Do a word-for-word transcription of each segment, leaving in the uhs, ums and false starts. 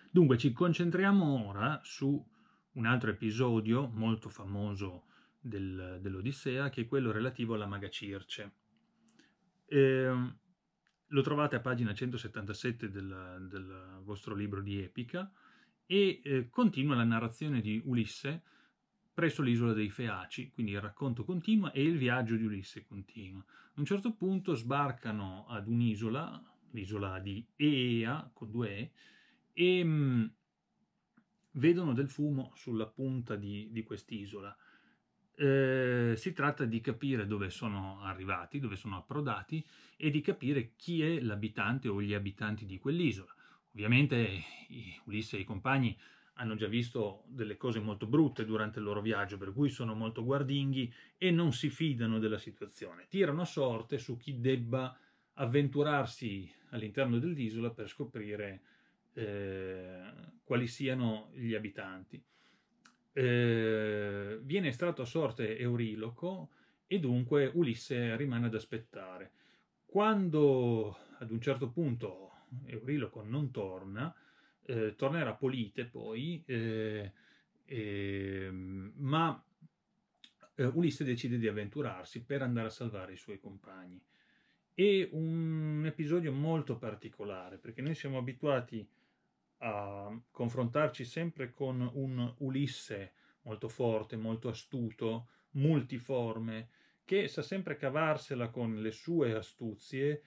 Dunque, ci concentriamo ora su un altro episodio molto famoso del- dell'Odissea, che è quello relativo alla maga Circe. Ehm, lo trovate a pagina centosettantasette del, del vostro libro di Epica e eh, continua la narrazione di Ulisse presso l'isola dei Feaci, quindi il racconto continua e il viaggio di Ulisse continua. A un certo punto sbarcano ad un'isola, l'isola di Eea, con due E, e mh, vedono del fumo sulla punta di, di quest'isola. Eh, si tratta di capire dove sono arrivati, dove sono approdati e di capire chi è l'abitante o gli abitanti di quell'isola. Ovviamente i- Ulisse e i compagni hanno già visto delle cose molto brutte durante il loro viaggio, per cui sono molto guardinghi e non si fidano della situazione. Tirano a sorte su chi debba avventurarsi all'interno dell'isola per scoprire eh, quali siano gli abitanti. Eh, viene estratto a sorte Euriloco e dunque Ulisse rimane ad aspettare. Quando ad un certo punto Euriloco non torna, eh, tornerà Polite poi, eh, eh, ma eh, Ulisse decide di avventurarsi per andare a salvare i suoi compagni. È un episodio molto particolare perché noi siamo abituati a confrontarci sempre con un Ulisse molto forte, molto astuto, multiforme, che sa sempre cavarsela con le sue astuzie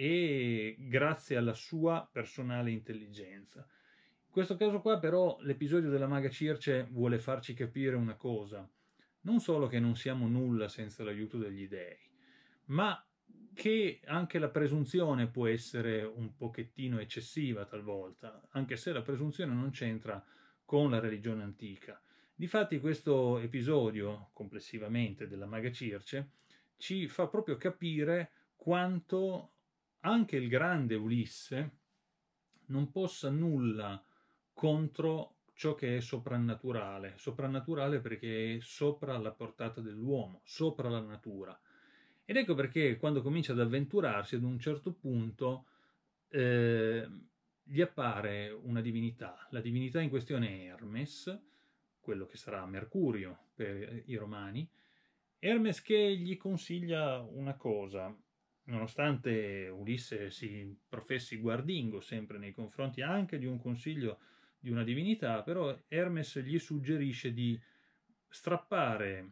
e grazie alla sua personale intelligenza. In questo caso qua però l'episodio della maga Circe vuole farci capire una cosa, non solo che non siamo nulla senza l'aiuto degli dei, ma che anche la presunzione può essere un pochettino eccessiva talvolta, anche se la presunzione non c'entra con la religione antica. Difatti questo episodio, complessivamente, della maga Circe, ci fa proprio capire quanto anche il grande Ulisse non possa nulla contro ciò che è soprannaturale, soprannaturale perché è sopra la portata dell'uomo, sopra la natura. Ed ecco perché quando comincia ad avventurarsi, ad un certo punto eh, gli appare una divinità. La divinità in questione è Hermes, quello che sarà Mercurio per i romani. Hermes che gli consiglia una cosa, nonostante Ulisse si professi guardingo sempre nei confronti anche di un consiglio di una divinità, però Hermes gli suggerisce di strappare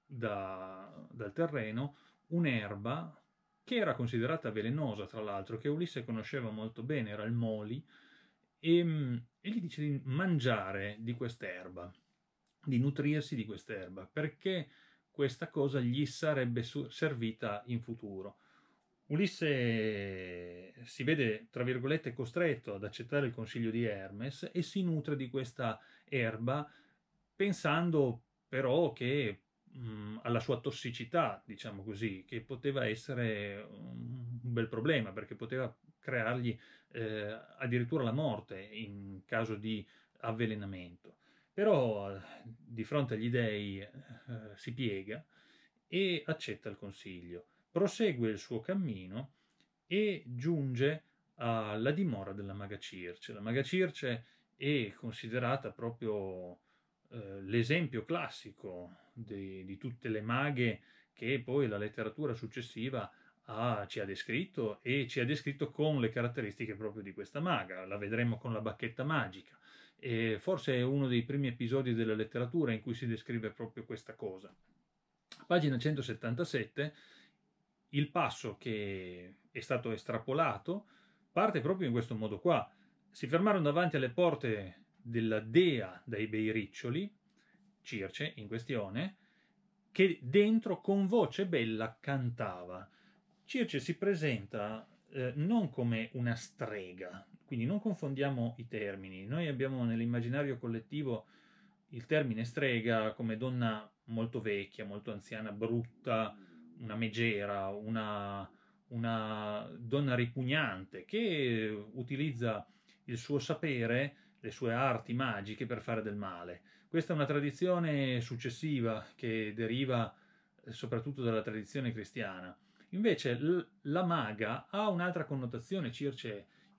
da- dal terreno un'erba che era considerata velenosa, tra l'altro, che Ulisse conosceva molto bene, era il moli, e, mm, e gli dice di mangiare di quest'erba, di nutrirsi di quest'erba, perché questa cosa gli sarebbe su- servita in futuro. Ulisse si vede, tra virgolette, costretto ad accettare il consiglio di Hermes e si nutre di questa erba, pensando però che mh, alla sua tossicità, diciamo così, che poteva essere un bel problema, perché poteva creargli eh, addirittura la morte in caso di avvelenamento. Però eh, di fronte agli dei eh, si piega e accetta il consiglio, prosegue il suo cammino e giunge alla dimora della maga Circe. La maga Circe è considerata proprio eh, l'esempio classico di, di tutte le maghe che poi la letteratura successiva ha- ci ha descritto e ci ha descritto con le caratteristiche proprio di questa maga. La vedremo con la bacchetta magica. E forse è uno dei primi episodi della letteratura in cui si descrive proprio questa cosa. Pagina centosettantasette, il passo che è stato estrapolato parte proprio in questo modo qua. Si fermarono davanti alle porte della dea dai bei riccioli, Circe in questione, che dentro con voce bella cantava. Circe si presenta eh, non come una strega, quindi non confondiamo i termini. Noi abbiamo nell'immaginario collettivo il termine strega come donna molto vecchia, molto anziana, brutta, una megera, una, una donna ripugnante che utilizza il suo sapere, le sue arti magiche per fare del male. Questa è una tradizione successiva che deriva eh, soprattutto dalla tradizione cristiana. Invece l- la maga ha un'altra connotazione. Circe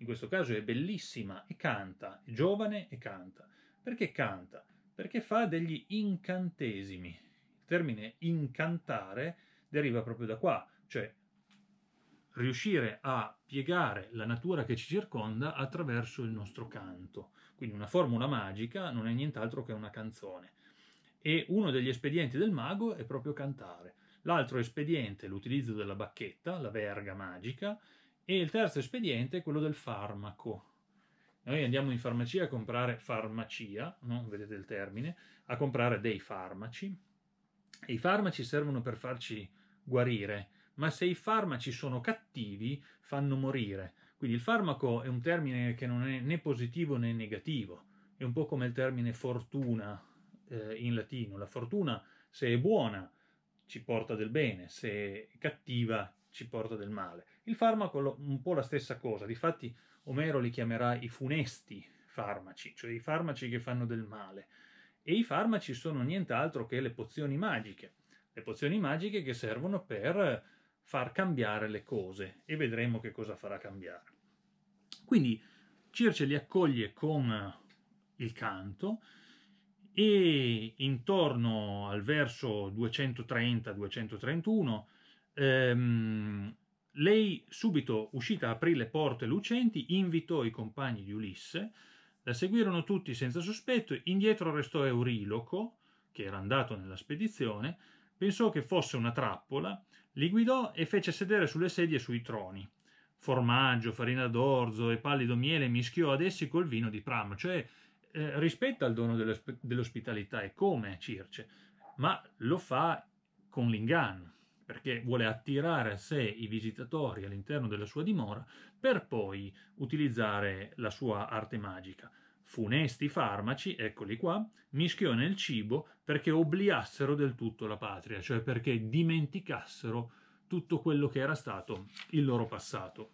in questo caso è bellissima e canta, è giovane e canta. Perché canta? Perché fa degli incantesimi. Il termine incantare deriva proprio da qua, cioè riuscire a piegare la natura che ci circonda attraverso il nostro canto. Quindi una formula magica non è nient'altro che una canzone. E uno degli espedienti del mago è proprio cantare. L'altro espediente è l'utilizzo della bacchetta, la verga magica, e il terzo espediente è quello del farmaco. Noi andiamo in farmacia a comprare farmacia, no? Vedete il termine, a comprare dei farmaci. E i farmaci servono per farci guarire, ma se i farmaci sono cattivi, fanno morire. Quindi il farmaco è un termine che non è né positivo né negativo. È un po' come il termine fortuna eh, in latino. La fortuna, se è buona, ci porta del bene, se è cattiva, ci porta del male. Il farmaco è un po' la stessa cosa. Difatti Omero li chiamerà i funesti farmaci, cioè i farmaci che fanno del male. E i farmaci sono nient'altro che le pozioni magiche. Le pozioni magiche che servono per far cambiare le cose, e vedremo che cosa farà cambiare. Quindi Circe li accoglie con il canto, e intorno al verso duecentotrenta duecentotrentuno ehm, lei, subito uscita, aprì le porte lucenti, invitò i compagni di Ulisse, la seguirono tutti senza sospetto. Indietro restò Euriloco, che era andato nella spedizione, pensò che fosse una trappola, li guidò e fece sedere sulle sedie sui troni. Formaggio, farina d'orzo e pallido miele mischiò ad essi col vino di Pram, cioè eh, rispetta il dono dell'ospitalità, e come Circe, ma lo fa con l'inganno, perché vuole attirare a sé i visitatori all'interno della sua dimora per poi utilizzare la sua arte magica. Funesti farmaci, eccoli qua, mischiò nel cibo perché obliassero del tutto la patria, cioè perché dimenticassero tutto quello che era stato il loro passato.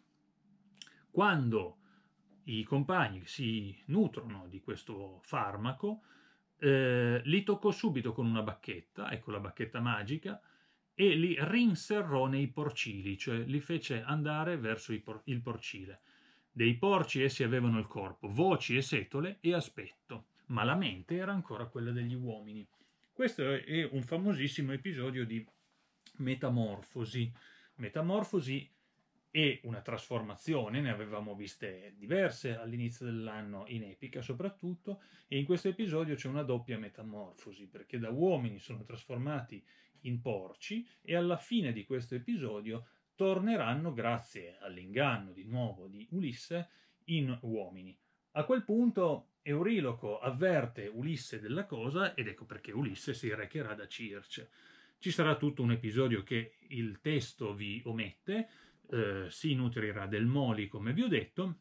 Quando i compagni si nutrono di questo farmaco, eh, li toccò subito con una bacchetta, ecco la bacchetta magica, e li rinserrò nei porcili, cioè li fece andare verso por- il porcile. Dei porci essi avevano il corpo, voci e setole e aspetto, ma la mente era ancora quella degli uomini. Questo è un famosissimo episodio di metamorfosi. Metamorfosi è una trasformazione, ne avevamo viste diverse all'inizio dell'anno in Epica soprattutto, e in questo episodio c'è una doppia metamorfosi, perché da uomini sono trasformati in porci, e alla fine di questo episodio torneranno, grazie all'inganno di nuovo di Ulisse, in uomini. A quel punto Euriloco avverte Ulisse della cosa, ed ecco perché Ulisse si recherà da Circe. Ci sarà tutto un episodio che il testo vi omette, eh, si nutrirà del Moli, come vi ho detto,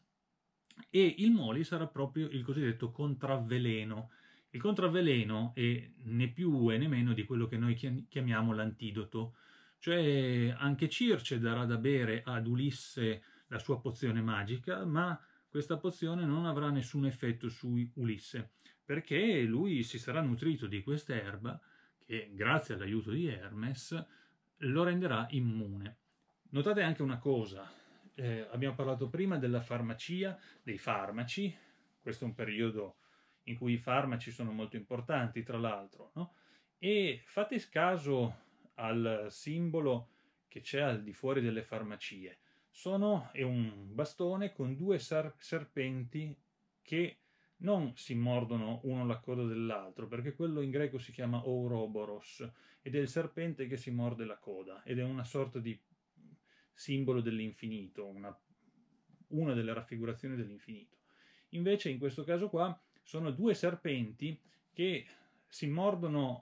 e il Moli sarà proprio il cosiddetto contravveleno. Il contravveleno è né più e né meno di quello che noi chiamiamo l'antidoto, cioè anche Circe darà da bere ad Ulisse la sua pozione magica, ma questa pozione non avrà nessun effetto su Ulisse, perché lui si sarà nutrito di questa erba che, grazie all'aiuto di Hermes, lo renderà immune. Notate anche una cosa, eh, abbiamo parlato prima della farmacia, dei farmaci, questo è un periodo in cui i farmaci sono molto importanti, tra l'altro, no? E fate caso al simbolo che c'è al di fuori delle farmacie. Sono, è un bastone con due serpenti che non si mordono uno la coda dell'altro, perché quello in greco si chiama Ouroboros, ed è il serpente che si morde la coda, ed è una sorta di simbolo dell'infinito, una, una delle raffigurazioni dell'infinito. Invece in questo caso qua sono due serpenti che si mordono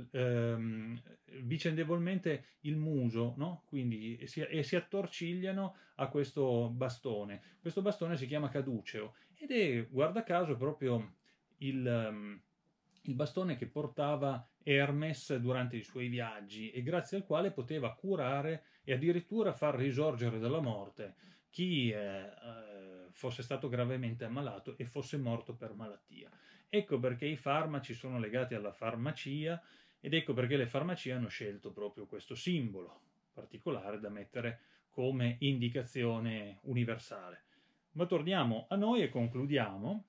ehm, vicendevolmente il muso, no? Quindi, e si, e si attorcigliano a questo bastone. Questo bastone si chiama caduceo ed è, guarda caso, proprio il, um, il bastone che portava Hermes durante i suoi viaggi, e grazie al quale poteva curare e addirittura far risorgere dalla morte chi eh, eh, fosse stato gravemente ammalato e fosse morto per malattia. Ecco perché i farmaci sono legati alla farmacia, ed ecco perché le farmacie hanno scelto proprio questo simbolo particolare da mettere come indicazione universale. Ma torniamo a noi e concludiamo.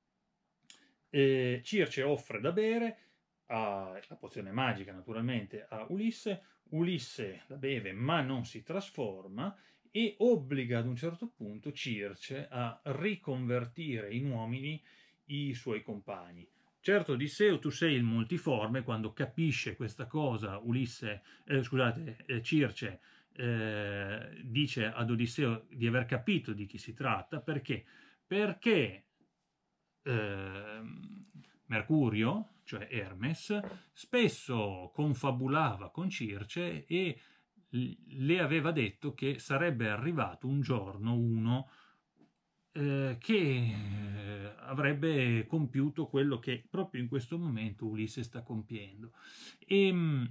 Eh, Circe offre da bere, a, la pozione magica naturalmente, a Ulisse. Ulisse la beve ma non si trasforma e obbliga ad un certo punto Circe a riconvertire in uomini i suoi compagni. Certo, Odisseo, tu sei il multiforme. Quando capisce questa cosa, Ulisse, eh, scusate, eh, Circe eh, dice ad Odisseo di aver capito di chi si tratta. Perché? Perché eh, Mercurio, cioè Hermes, spesso confabulava con Circe e le aveva detto che sarebbe arrivato un giorno uno eh, che eh, avrebbe compiuto quello che proprio in questo momento Ulisse sta compiendo. E,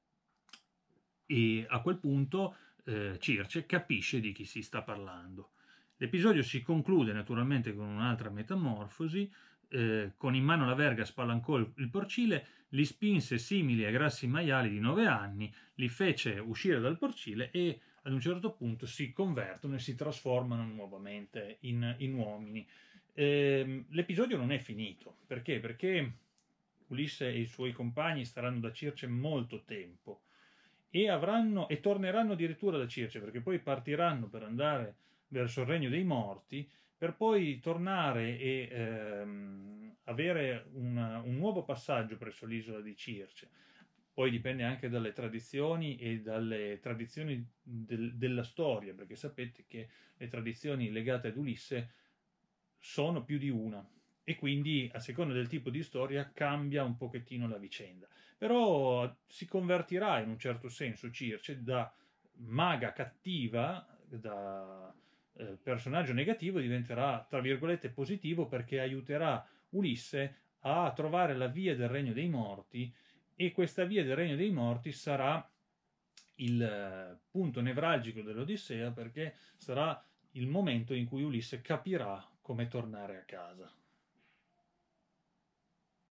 e a quel punto eh, Circe capisce di chi si sta parlando. L'episodio si conclude naturalmente con un'altra metamorfosi. Eh, con in mano la verga spalancò il porcile, li spinse simili a grassi maiali di nove anni, li fece uscire dal porcile e ad un certo punto si convertono e si trasformano nuovamente in, in uomini. Eh, l'episodio non è finito. Perché? Perché Ulisse e i suoi compagni staranno da Circe molto tempo e, avranno, e torneranno addirittura da Circe, perché poi partiranno per andare verso il regno dei morti, per poi tornare e ehm, avere una, un nuovo passaggio presso l'isola di Circe. Poi dipende anche dalle tradizioni e dalle tradizioni del, della storia, perché sapete che le tradizioni legate ad Ulisse sono più di una e quindi a seconda del tipo di storia cambia un pochettino la vicenda. Però si convertirà in un certo senso Circe da maga cattiva, da eh, personaggio negativo, diventerà tra virgolette positivo, perché aiuterà Ulisse a trovare la via del regno dei morti, e questa via del regno dei morti sarà il eh, punto nevralgico dell'Odissea, perché sarà il momento in cui Ulisse capirà come tornare a casa.